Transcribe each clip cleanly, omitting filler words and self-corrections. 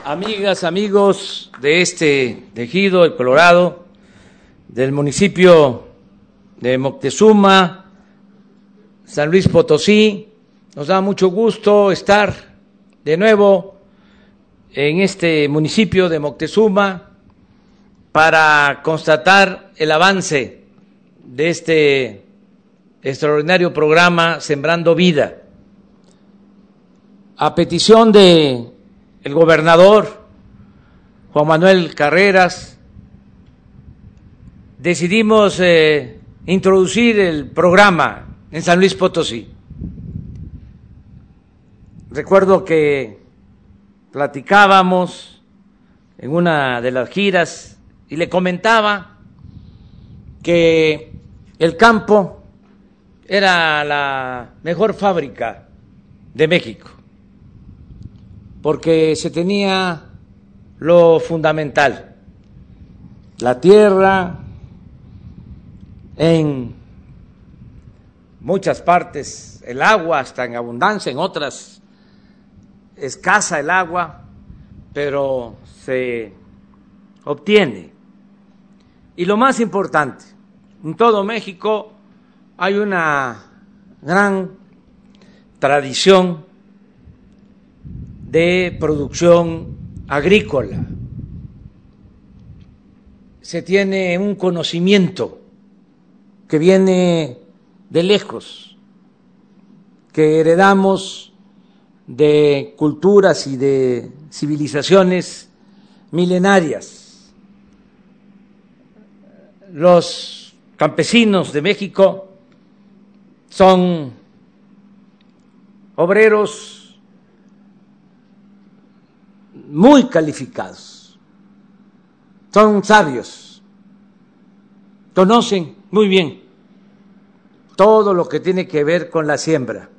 Amigas, amigos de este ejido, el Colorado, del municipio de Moctezuma, San Luis Potosí, nos da mucho gusto estar de nuevo en este municipio de Moctezuma para constatar el avance de este extraordinario programa Sembrando Vida. A petición de el gobernador Juan Manuel Carreras, decidimos introducir el programa en San Luis Potosí. Recuerdo que platicábamos en una de las giras y le comentaba que el campo era la mejor fábrica de México, porque se tenía lo fundamental, la tierra, en muchas partes el agua está en abundancia, en otras escasa el agua, pero se obtiene. Y lo más importante, en todo México hay una gran tradición de producción agrícola. Se tiene un conocimiento que viene de lejos, que heredamos de culturas y de civilizaciones milenarias. Los campesinos de México son obreros muy calificados, son sabios, conocen muy bien todo lo que tiene que ver con la siembra.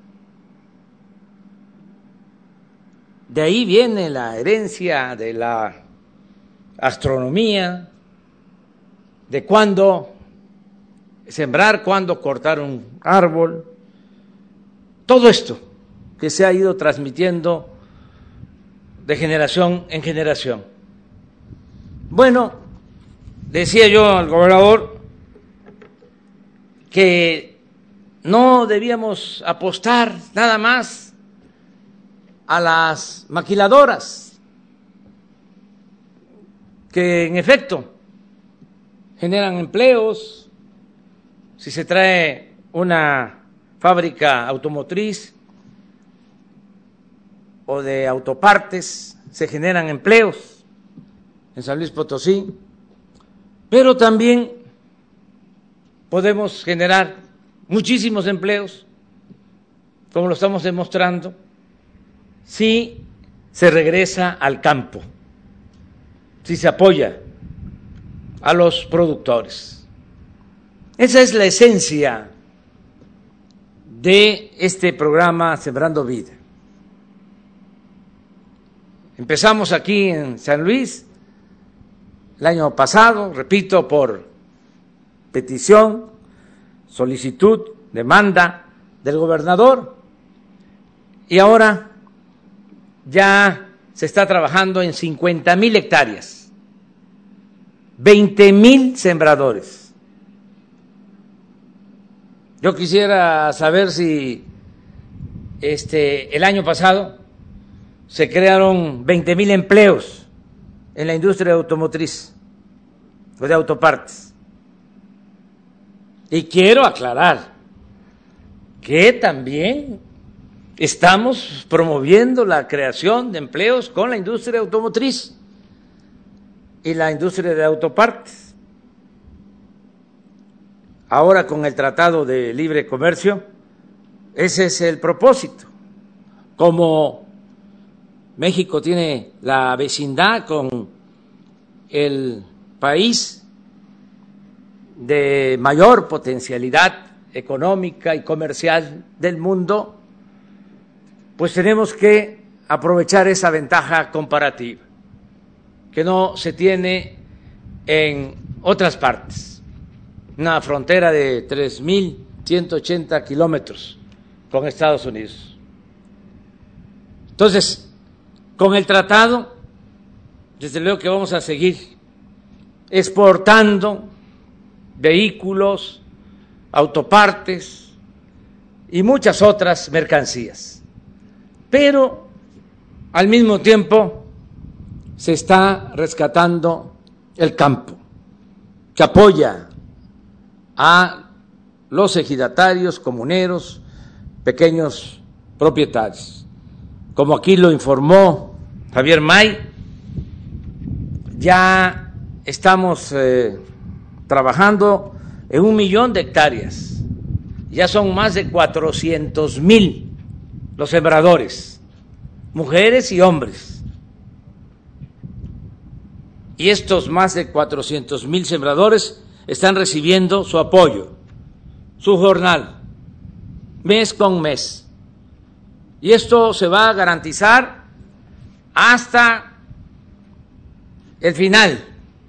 De ahí viene la herencia de la astronomía, de cuándo sembrar, cuándo cortar un árbol, todo esto que se ha ido transmitiendo de generación en generación. Bueno, decía yo al gobernador que no debíamos apostar nada más a las maquiladoras, que en efecto generan empleos. Si se trae una fábrica automotriz o de autopartes, se generan empleos en San Luis Potosí, pero también podemos generar muchísimos empleos, como lo estamos demostrando, si se regresa al campo, si se apoya a los productores. Esa es la esencia de este programa Sembrando Vida. Empezamos aquí en San Luis el año pasado, repito, por petición, solicitud, demanda del gobernador, y ahora ya se está trabajando en 50,000 hectáreas, 20,000 sembradores. Yo quisiera saber si el año pasado se crearon 20,000 empleos en la industria automotriz o de autopartes. Y quiero aclarar que también estamos promoviendo la creación de empleos con la industria automotriz y la industria de autopartes. Ahora con el Tratado de Libre Comercio, ese es el propósito. Como México tiene la vecindad con el país de mayor potencialidad económica y comercial del mundo, pues tenemos que aprovechar esa ventaja comparativa que no se tiene en otras partes. Una frontera de 3,180 kilómetros con Estados Unidos. Entonces, con el tratado desde luego que vamos a seguir exportando vehículos, autopartes y muchas otras mercancías. Pero al mismo tiempo se está rescatando el campo, que apoya a los ejidatarios, comuneros, pequeños propietarios. Como aquí lo informó Javier May, ya estamos trabajando en 1 millón de hectáreas. Ya son más de 400,000 los sembradores, mujeres y hombres. Y estos más de 400,000 sembradores están recibiendo su apoyo, su jornal, mes con mes. Y esto se va a garantizar hasta el final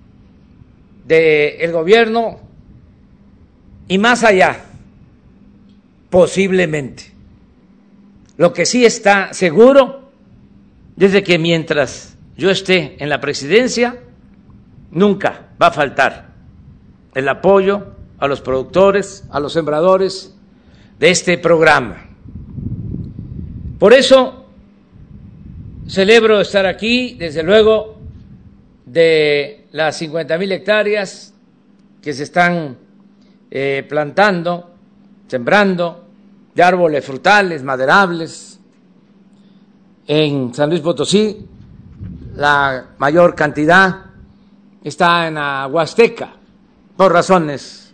del gobierno y más allá, posiblemente. Lo que sí está seguro es de que mientras yo esté en la presidencia, nunca va a faltar el apoyo a los productores, a los sembradores de este programa. Por eso celebro estar aquí, desde luego, de las 50,000 hectáreas que se están plantando, sembrando, de árboles frutales, maderables. En San Luis Potosí, la mayor cantidad está en la Huasteca, por razones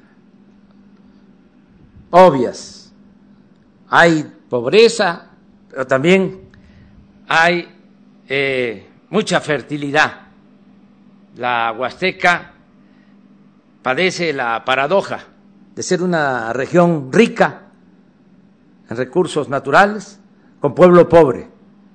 obvias. Hay pobreza, pero también hay mucha fertilidad. La Huasteca padece la paradoja de ser una región rica en recursos naturales con pueblo pobre.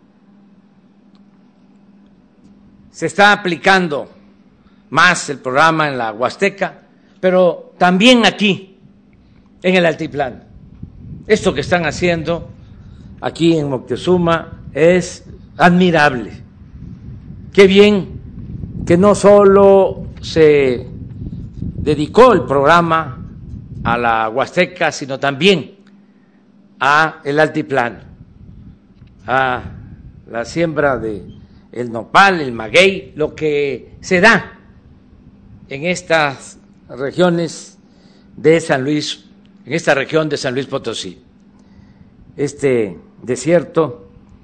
Se está aplicando más el programa en la Huasteca, pero también aquí, en el altiplano. Esto que están haciendo aquí en Moctezuma es admirable. Qué bien que no solo se dedicó el programa a la Huasteca, sino también a el altiplano, a la siembra de el nopal, el maguey, lo que se da en estas regiones de San Luis, en esta región de San Luis Potosí. Este desierto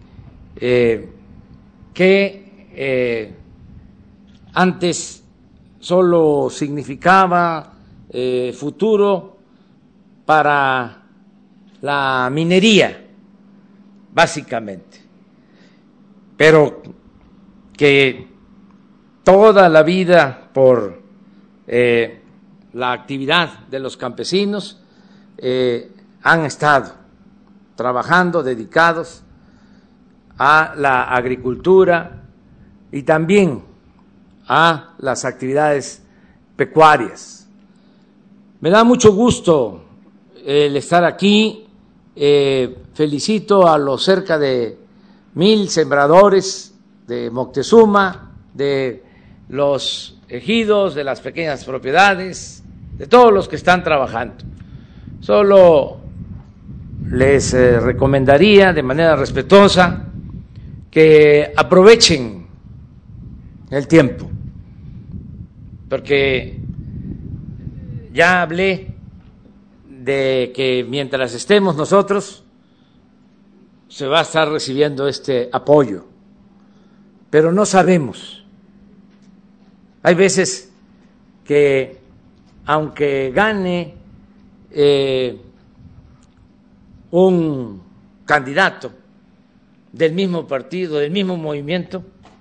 que antes solo significaba futuro para la minería, básicamente, pero que toda la vida por la actividad de los campesinos han estado trabajando, dedicados a la agricultura y también a las actividades pecuarias. Me da mucho gusto el estar aquí. Felicito a los cerca de 1,000 sembradores de Moctezuma, de los ejidos, de las pequeñas propiedades, de todos los que están trabajando. Solo les recomendaría de manera respetuosa que aprovechen el tiempo, porque ya hablé de que mientras estemos nosotros se va a estar recibiendo este apoyo, pero no sabemos. Hay veces que aunque gane un candidato del mismo partido, del mismo movimiento,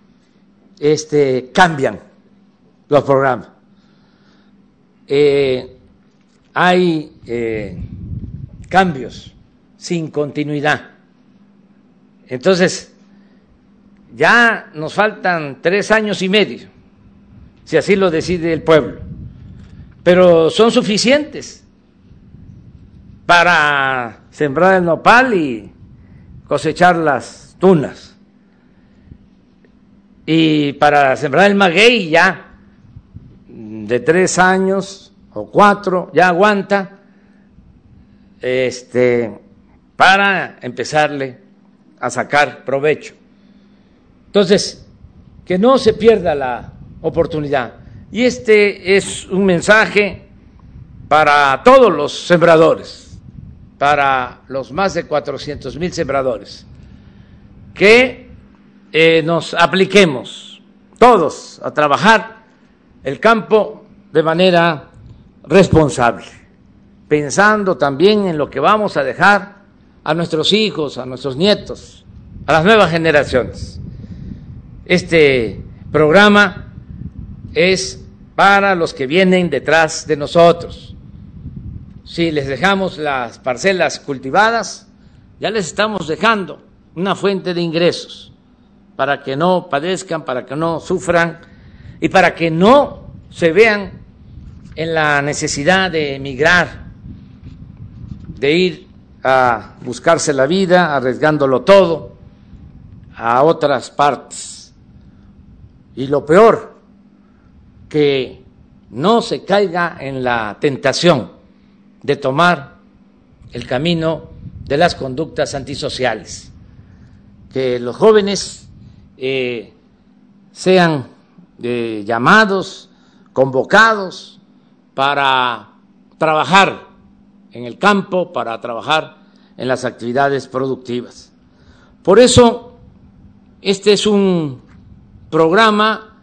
cambian los programas. Hay cambios sin continuidad. Entonces, ya nos faltan 3 años y medio, si así lo decide el pueblo, pero son suficientes para sembrar el nopal y cosechar las tunas. y para sembrar el maguey ya de 3 años o 4 ya aguanta para empezarle a sacar provecho. Entonces, que no se pierda la oportunidad. Y este es un mensaje para todos los sembradores, para los más de 400,000 sembradores, que nos apliquemos todos a trabajar el campo de manera responsable, pensando también en lo que vamos a dejar a nuestros hijos, a nuestros nietos, a las nuevas generaciones. Este programa es para los que vienen detrás de nosotros. Si les dejamos las parcelas cultivadas, ya les estamos dejando una fuente de ingresos para que no padezcan, para que no sufran y para que no se vean en la necesidad de emigrar, de ir a buscarse la vida, arriesgándolo todo a otras partes. Y lo peor, que no se caiga en la tentación de tomar el camino de las conductas antisociales, que los jóvenes sean llamados, convocados para trabajar en el campo, para trabajar en las actividades productivas. Por eso, este es un programa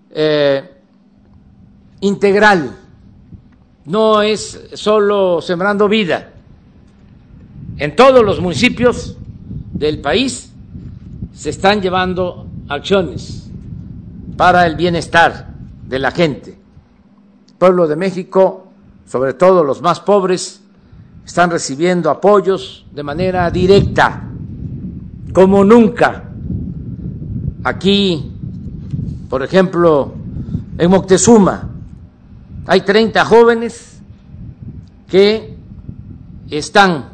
integral, no es solo Sembrando Vida. En todos los municipios del país se están llevando acciones para el bienestar de la gente. El pueblo de México, sobre todo los más pobres, están recibiendo apoyos de manera directa, como nunca. Aquí, por ejemplo, en Moctezuma, hay 30 jóvenes que están,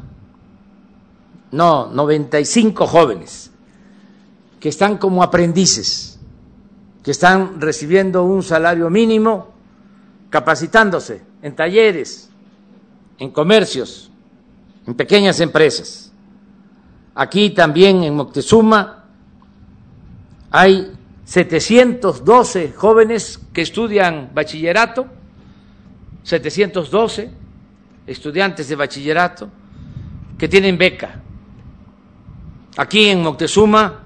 95 jóvenes que están como aprendices, que están recibiendo un salario mínimo, capacitándose en talleres, en comercios, en pequeñas empresas. Aquí también en Moctezuma hay 712 jóvenes que estudian bachillerato, 712 estudiantes de bachillerato que tienen beca. Aquí en Moctezuma,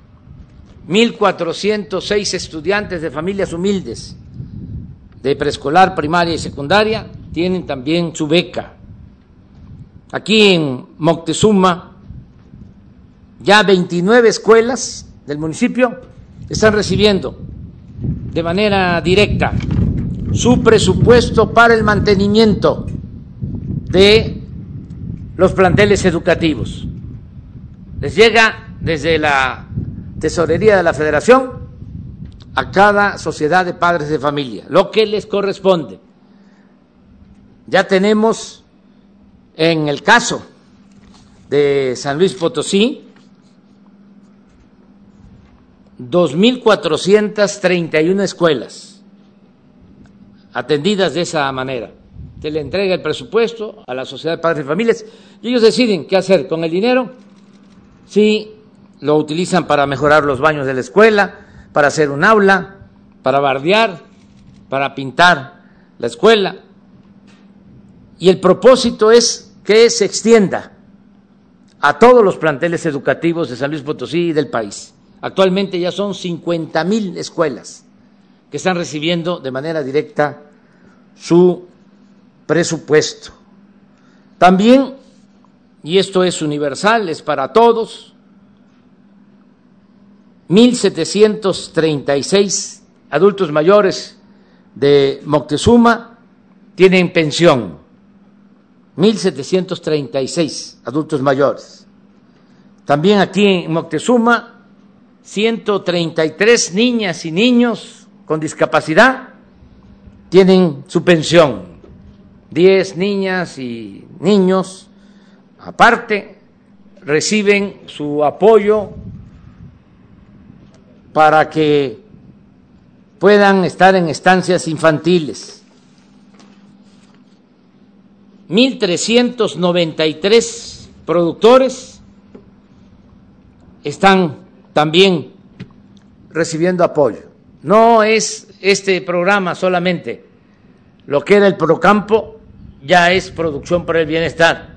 1,406 estudiantes de familias humildes de preescolar, primaria y secundaria tienen también su beca. Aquí en Moctezuma, ya 29 escuelas del municipio están recibiendo de manera directa su presupuesto para el mantenimiento de los planteles educativos. Les llega desde la Tesorería de la Federación a cada sociedad de padres de familia lo que les corresponde. Ya tenemos, en el caso de San Luis Potosí, 2,431 escuelas atendidas de esa manera. Se le entrega el presupuesto a la sociedad de padres de familias y ellos deciden qué hacer con el dinero, si lo utilizan para mejorar los baños de la escuela, para hacer un aula, para bardear, para pintar la escuela. Y el propósito es que se extienda a todos los planteles educativos de San Luis Potosí y del país. Actualmente ya son 50,000 escuelas que están recibiendo de manera directa su presupuesto. También, y esto es universal, es para todos, 1,736 adultos mayores de Moctezuma tienen pensión, 1,736 adultos mayores. También aquí en Moctezuma, 133 niñas y niños con discapacidad tienen su pensión, 10 niñas y niños aparte reciben su apoyo para que puedan estar en estancias infantiles. 1,393 productores están también recibiendo apoyo. No es este programa solamente, lo que era el Procampo ya es Producción por el Bienestar.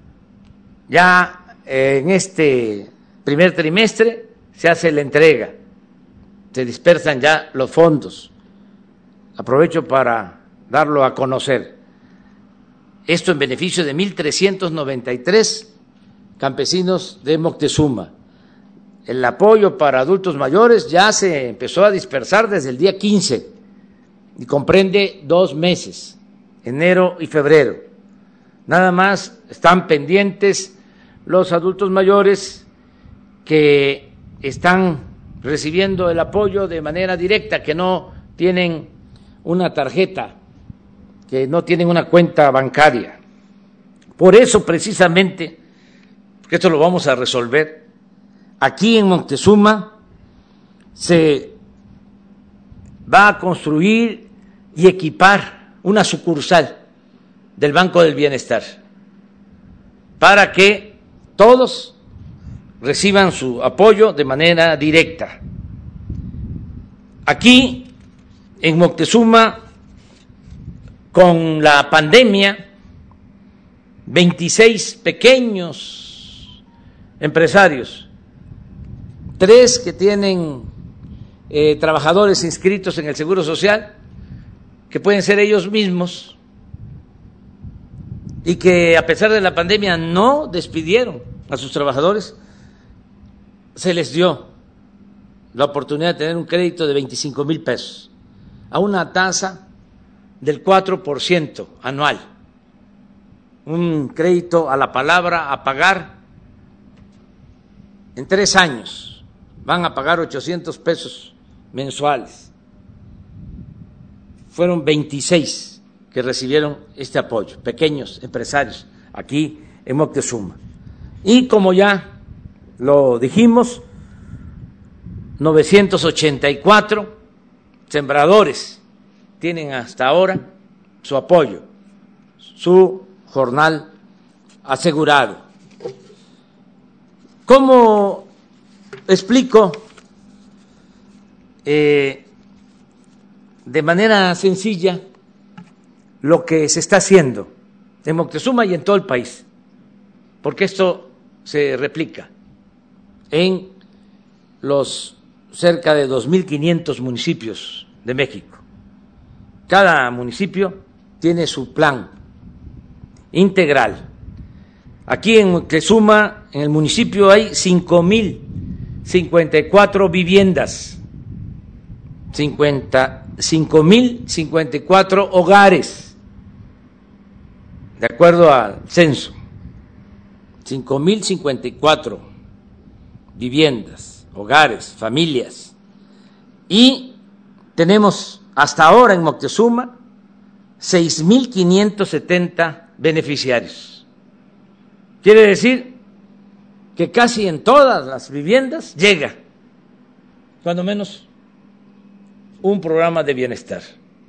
Ya en este primer trimestre se hace la entrega, se dispersan ya los fondos. Aprovecho para darlo a conocer. Esto en beneficio de 1,393 campesinos de Moctezuma. El apoyo para adultos mayores ya se empezó a dispersar desde el día 15 y comprende 2 meses, enero y febrero. Nada más están pendientes los adultos mayores que están recibiendo el apoyo de manera directa, que no tienen una tarjeta, que no tienen una cuenta bancaria. Por eso, precisamente, porque esto lo vamos a resolver, aquí en Moctezuma se va a construir y equipar una sucursal del Banco del Bienestar para que todos reciban su apoyo de manera directa. Aquí en Moctezuma, con la pandemia, 26 pequeños empresarios, 3 que tienen trabajadores inscritos en el Seguro Social, que pueden ser ellos mismos, y que a pesar de la pandemia no despidieron a sus trabajadores, se les dio la oportunidad de tener un crédito de 25,000 pesos a una tasa del 4% anual, un crédito a la palabra a pagar en 3 años, van a pagar 800 pesos mensuales. Fueron 26 que recibieron este apoyo, pequeños empresarios aquí en Moctezuma. Y como ya lo dijimos, 984 sembradores tienen hasta ahora su apoyo, su jornal asegurado. ¿Cómo explico de manera sencilla lo que se está haciendo en Moctezuma y en todo el país? Porque esto se replica en los cerca de 2,500 municipios de México. Cada municipio tiene su plan integral. Aquí en Moctezuma, en el municipio, hay 5,054 viviendas, 5,054 hogares, de acuerdo al censo. 5,054 viviendas, hogares, familias. Y tenemos hasta ahora en Moctezuma 6,570 beneficiarios. Quiere decir que casi en todas las viviendas llega, cuando menos, un programa de bienestar.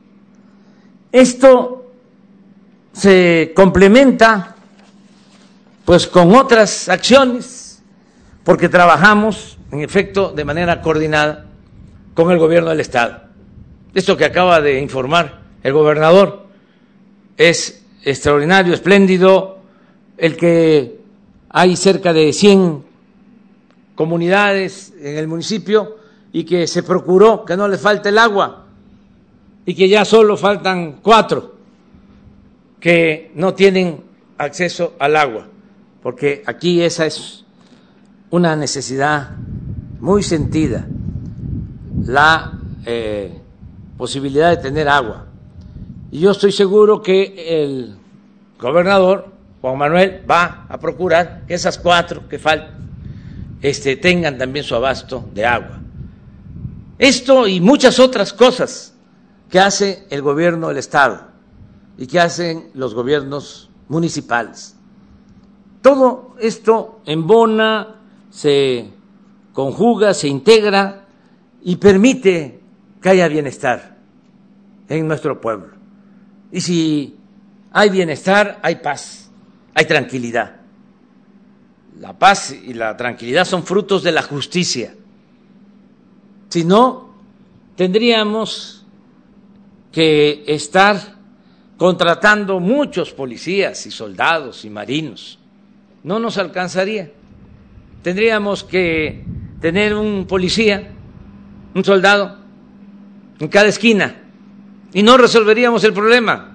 Esto se complementa pues con otras acciones, porque trabajamos, en efecto, de manera coordinada con el gobierno del Estado. Esto que acaba de informar el gobernador es extraordinario, espléndido, el que hay cerca de 100 comunidades en el municipio y que se procuró que no le falte el agua y que ya solo faltan 4 que no tienen acceso al agua, porque aquí esa es una necesidad muy sentida, la posibilidad de tener agua. Y yo estoy seguro que el gobernador Juan Manuel va a procurar que esas 4 que faltan tengan también su abasto de agua. Esto y muchas otras cosas que hace el gobierno del Estado y que hacen los gobiernos municipales. Todo esto embona, se conjuga, se integra y permite que haya bienestar en nuestro pueblo. Y si hay bienestar, hay paz, hay tranquilidad. La paz y la tranquilidad son frutos de la justicia. Si no, tendríamos que estar contratando muchos policías y soldados y marinos. No nos alcanzaría. Tendríamos que tener un policía, un soldado en cada esquina y no resolveríamos el problema,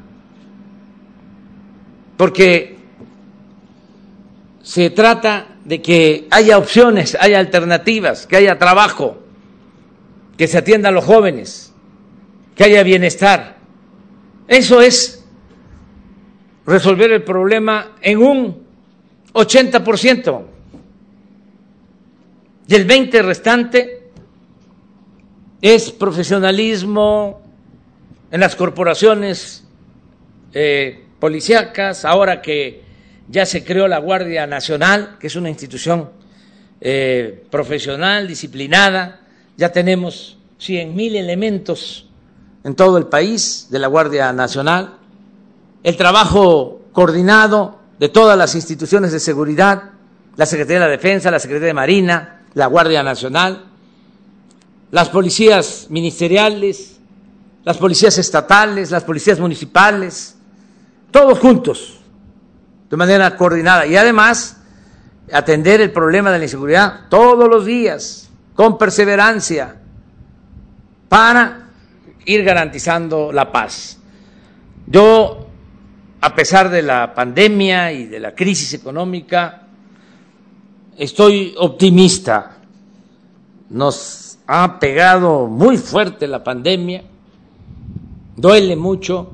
porque se trata de que haya opciones, haya alternativas, que haya trabajo, que se atienda a los jóvenes, que haya bienestar. Eso es resolver el problema en un 80%. Y el 20% restante es profesionalismo en las corporaciones policíacas, ahora que ya se creó la Guardia Nacional, que es una institución profesional, disciplinada, ya tenemos 100,000 elementos en todo el país de la Guardia Nacional, el trabajo coordinado de todas las instituciones de seguridad, la Secretaría de la Defensa, la Secretaría de Marina, la Guardia Nacional, las policías ministeriales, las policías estatales, las policías municipales, todos juntos, de manera coordinada, y además atender el problema de la inseguridad todos los días, con perseverancia, para ir garantizando la paz. Yo, a pesar de la pandemia y de la crisis económica, estoy optimista. Nos ha pegado muy fuerte la pandemia, duele mucho,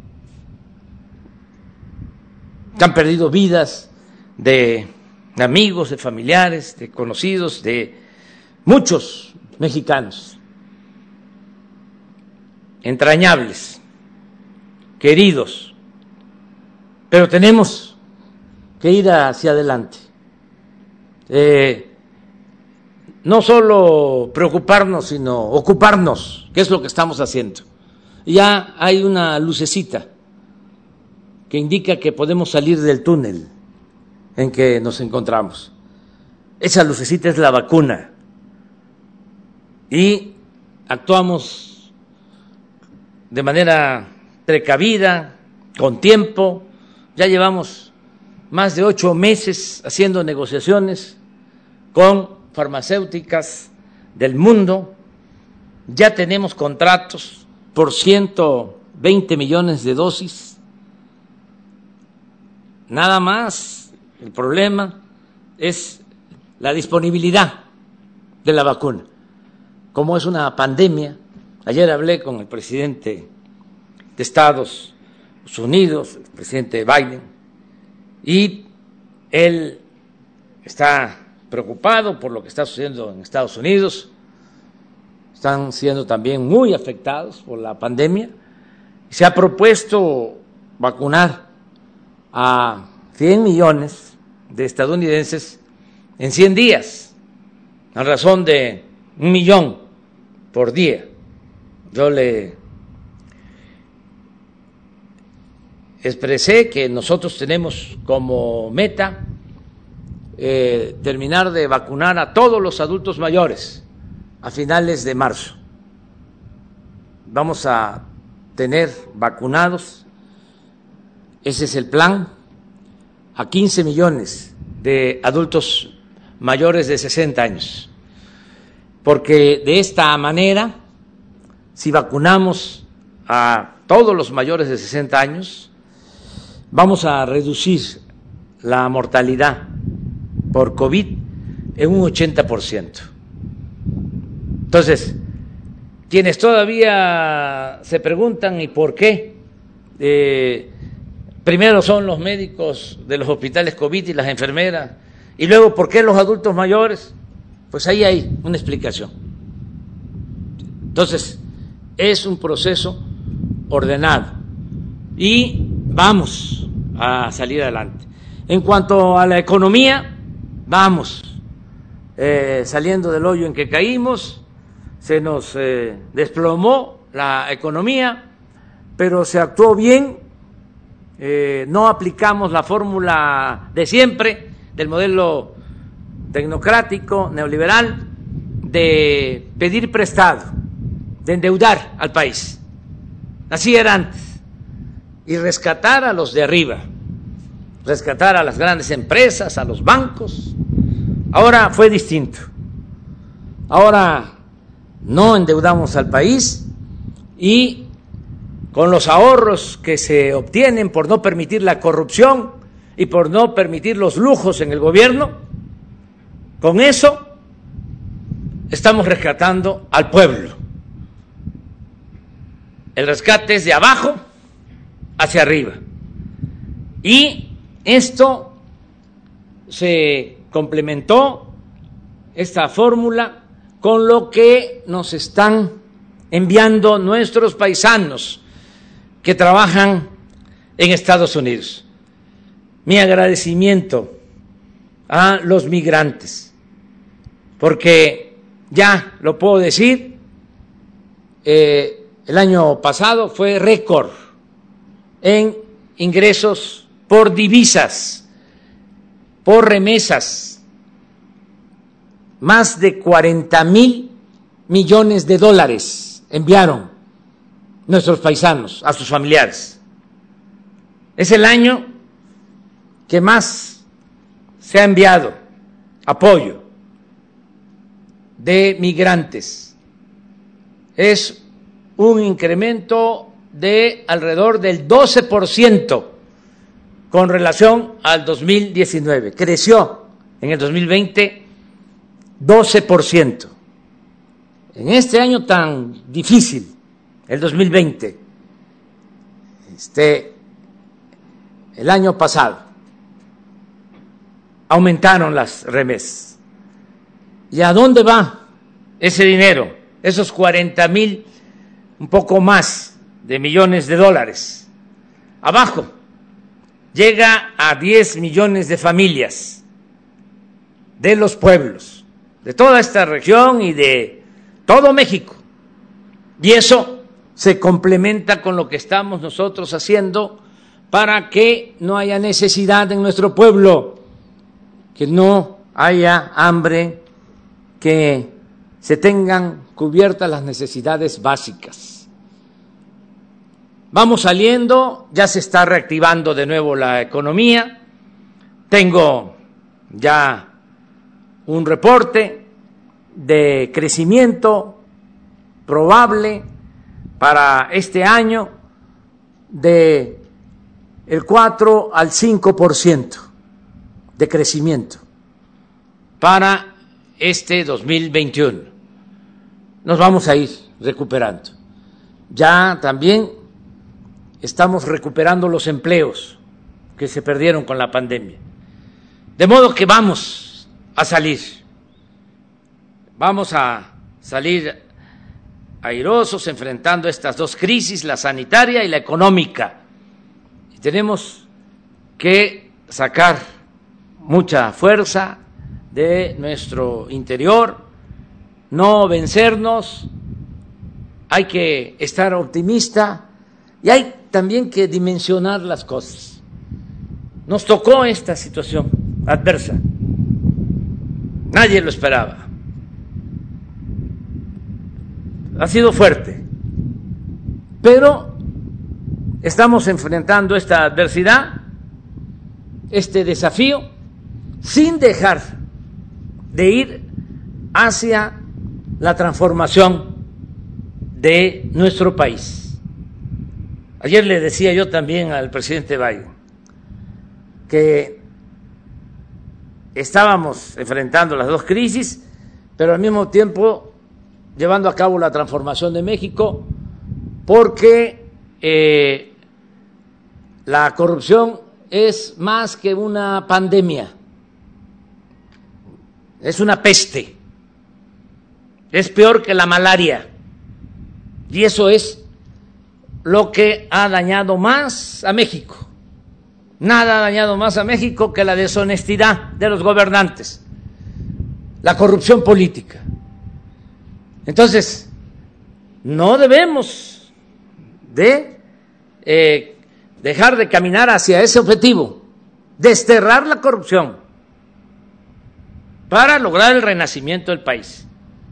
se han perdido vidas de amigos, de familiares, de conocidos, de muchos mexicanos, entrañables, queridos, pero tenemos que ir hacia adelante. No solo preocuparnos, sino ocuparnos, que es lo que estamos haciendo. Ya hay una lucecita que indica que podemos salir del túnel en que nos encontramos. Esa lucecita es la vacuna. Y actuamos de manera precavida, con tiempo. Ya llevamos más de 8 meses haciendo negociaciones con farmacéuticas del mundo. Ya tenemos contratos por 120 millones de dosis. Nada más, el problema es la disponibilidad de la vacuna. Como es una pandemia, ayer hablé con el presidente de Estados Unidos, el presidente Biden, y él está preocupado por lo que está sucediendo en Estados Unidos. Están siendo también muy afectados por la pandemia. Se ha propuesto vacunar a 100 millones de estadounidenses en 100 días, a razón de 1 millón por día. Yo le expresé que nosotros tenemos como meta terminar de vacunar a todos los adultos mayores a finales de marzo. Vamos a tener vacunados, ese es el plan, a 15 millones de adultos mayores de 60 años. Porque de esta manera, si vacunamos a todos los mayores de 60 años, vamos a reducir la mortalidad por COVID en un 80%. Entonces, quienes todavía se preguntan ¿y por qué? Primero son los médicos de los hospitales COVID y las enfermeras, y luego ¿por qué los adultos mayores? Pues ahí hay una explicación. Entonces, es un proceso ordenado y vamos a salir adelante. En cuanto a la economía, vamos saliendo del hoyo en que caímos, se nos desplomó la economía, pero se actuó bien, no aplicamos la fórmula de siempre del modelo tecnocrático, neoliberal, de pedir prestado, de endeudar al país. Así era antes. Y rescatar a los de arriba, rescatar a las grandes empresas, a los bancos. Ahora fue distinto. Ahora no endeudamos al país y con los ahorros que se obtienen por no permitir la corrupción y por no permitir los lujos en el gobierno, con eso estamos rescatando al pueblo. El rescate es de abajo hacia arriba. Y esto se complementó, esta fórmula, con lo que nos están enviando nuestros paisanos que trabajan en Estados Unidos. Mi agradecimiento a los migrantes, porque ya lo puedo decir, el año pasado fue récord en ingresos por divisas, por remesas, más de 40,000 millones de dólares enviaron nuestros paisanos a sus familiares. Es el año que más se ha enviado apoyo de migrantes. Es un incremento de alrededor del 12% con relación al 2019. Creció en el 2020 12%. En este año tan difícil, el 2020, el año pasado, aumentaron las remesas. ¿Y a dónde va ese dinero? Esos 40,000, un poco más de millones de dólares. Abajo, llega a 10 millones de familias de los pueblos, de toda esta región y de todo México. Y eso se complementa con lo que estamos nosotros haciendo para que no haya necesidad en nuestro pueblo, que no haya hambre, que se tengan cubiertas las necesidades básicas. Vamos saliendo, ya se está reactivando de nuevo la economía. Tengo ya un reporte de crecimiento probable para este año de el 4 al 5% de crecimiento para este 2021. Nos vamos a ir recuperando. Ya también estamos recuperando los empleos que se perdieron con la pandemia. De modo que vamos a salir airosos enfrentando estas dos crisis, la sanitaria y la económica. Y tenemos que sacar mucha fuerza de nuestro interior, no vencernos, hay que estar optimista y hay también que dimensionar las cosas. Nos tocó esta situación adversa. Nadie lo esperaba. Ha sido fuerte, pero estamos enfrentando esta adversidad, este desafío, sin dejar de ir hacia la transformación de nuestro país. Ayer le decía yo también al presidente Biden que estábamos enfrentando las dos crisis, pero al mismo tiempo llevando a cabo la transformación de México, porque la corrupción es más que una pandemia, es una peste, es peor que la malaria, y eso es lo que ha dañado más a México. Nada ha dañado más a México que la deshonestidad de los gobernantes, la corrupción política. Entonces, no debemos de dejar de caminar hacia ese objetivo, desterrar la corrupción para lograr el renacimiento del país.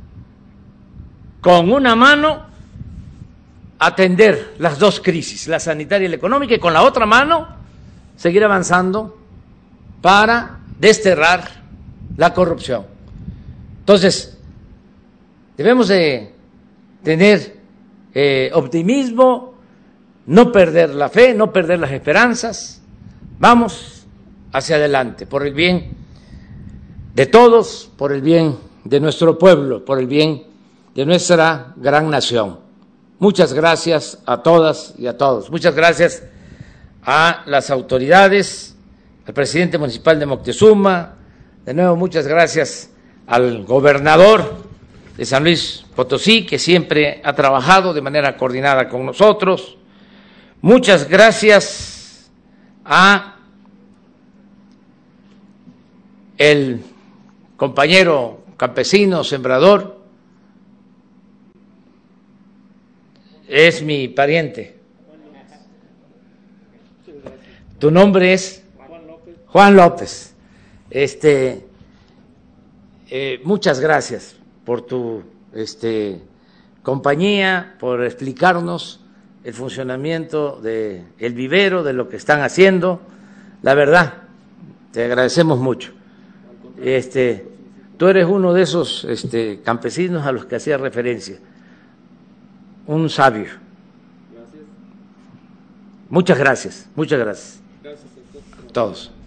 Con una mano atender las dos crisis, la sanitaria y la económica, y con la otra mano seguir avanzando para desterrar la corrupción. Entonces, debemos de tener optimismo, no perder la fe, no perder las esperanzas. Vamos hacia adelante, por el bien de todos, por el bien de nuestro pueblo, por el bien de nuestra gran nación. Muchas gracias a todas y a todos. Muchas gracias a las autoridades, al presidente municipal de Moctezuma. De nuevo, muchas gracias al gobernador de San Luis Potosí, que siempre ha trabajado de manera coordinada con nosotros. Muchas gracias a el compañero campesino, sembrador, es mi pariente. Tu nombre es Juan López. Muchas gracias por tu compañía, por explicarnos el funcionamiento del vivero, de lo que están haciendo. La verdad, te agradecemos mucho. Tú eres uno de esos campesinos a los que hacía referencia, un sabio. Gracias. Muchas gracias, muchas gracias. Gracias a todos.